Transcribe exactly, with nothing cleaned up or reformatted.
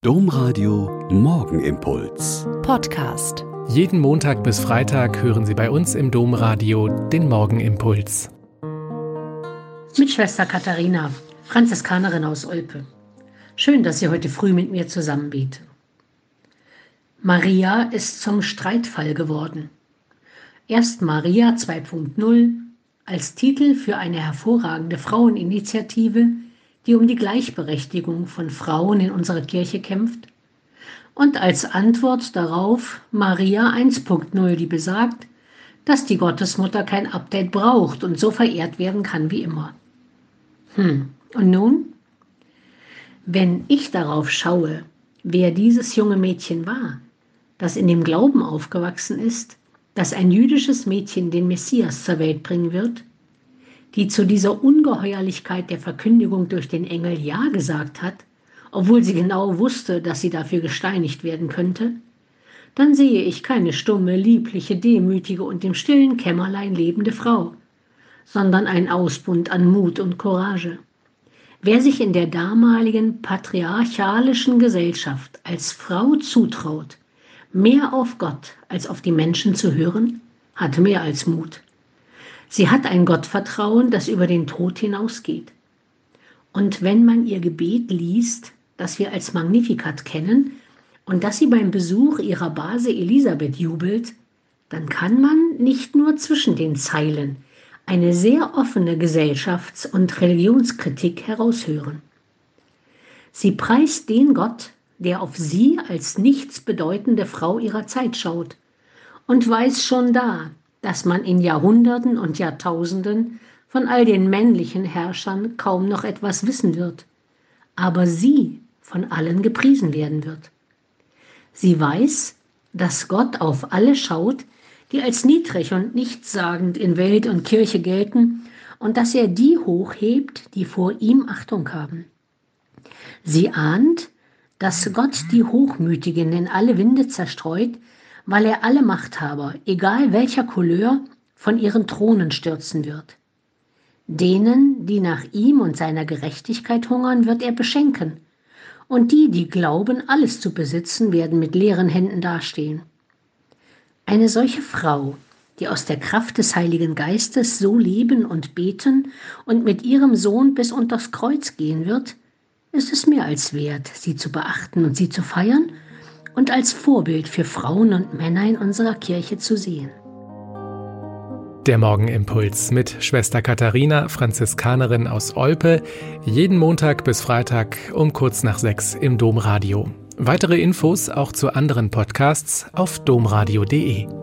Domradio Morgenimpuls. Podcast. Jeden Montag bis Freitag hören Sie bei uns im Domradio den Morgenimpuls. Mit Schwester Katharina, Franziskanerin aus Olpe. Schön, dass Sie heute früh mit mir zusammen beten. Maria ist zum Streitfall geworden. Erst Maria zwei Punkt null als Titel für eine hervorragende Fraueninitiative, die um die Gleichberechtigung von Frauen in unserer Kirche kämpft, und als Antwort darauf Maria eins Punkt null, die besagt, dass die Gottesmutter kein Update braucht und so verehrt werden kann wie immer. Hm, und nun? Wenn ich darauf schaue, wer dieses junge Mädchen war, das in dem Glauben aufgewachsen ist, dass ein jüdisches Mädchen den Messias zur Welt bringen wird, die zu dieser Ungeheuerlichkeit der Verkündigung durch den Engel Ja gesagt hat, obwohl sie genau wusste, dass sie dafür gesteinigt werden könnte, dann sehe ich keine stumme, liebliche, demütige und im stillen Kämmerlein lebende Frau, sondern einen Ausbund an Mut und Courage. Wer sich in der damaligen patriarchalischen Gesellschaft als Frau zutraut, mehr auf Gott als auf die Menschen zu hören, hat mehr als Mut. Sie hat ein Gottvertrauen, das über den Tod hinausgeht. Und wenn man ihr Gebet liest, das wir als Magnificat kennen und das sie beim Besuch ihrer Base Elisabeth jubelt, dann kann man nicht nur zwischen den Zeilen eine sehr offene Gesellschafts- und Religionskritik heraushören. Sie preist den Gott, der auf sie als nichtsbedeutende Frau ihrer Zeit schaut und weiß schon da, dass man in Jahrhunderten und Jahrtausenden von all den männlichen Herrschern kaum noch etwas wissen wird, aber sie von allen gepriesen werden wird. Sie weiß, dass Gott auf alle schaut, die als niedrig und nichtssagend in Welt und Kirche gelten, und dass er die hochhebt, die vor ihm Achtung haben. Sie ahnt, dass Gott die Hochmütigen in alle Winde zerstreut, weil er alle Machthaber, egal welcher Couleur, von ihren Thronen stürzen wird. Denen, die nach ihm und seiner Gerechtigkeit hungern, wird er beschenken, und die, die glauben, alles zu besitzen, werden mit leeren Händen dastehen. Eine solche Frau, die aus der Kraft des Heiligen Geistes so leben und beten und mit ihrem Sohn bis unters Kreuz gehen wird, ist es mehr als wert, sie zu beachten und sie zu feiern und als Vorbild für Frauen und Männer in unserer Kirche zu sehen. Der Morgenimpuls mit Schwester Katharina, Franziskanerin aus Olpe, jeden Montag bis Freitag um kurz nach sechs im Domradio. Weitere Infos auch zu anderen Podcasts auf domradio punkt de.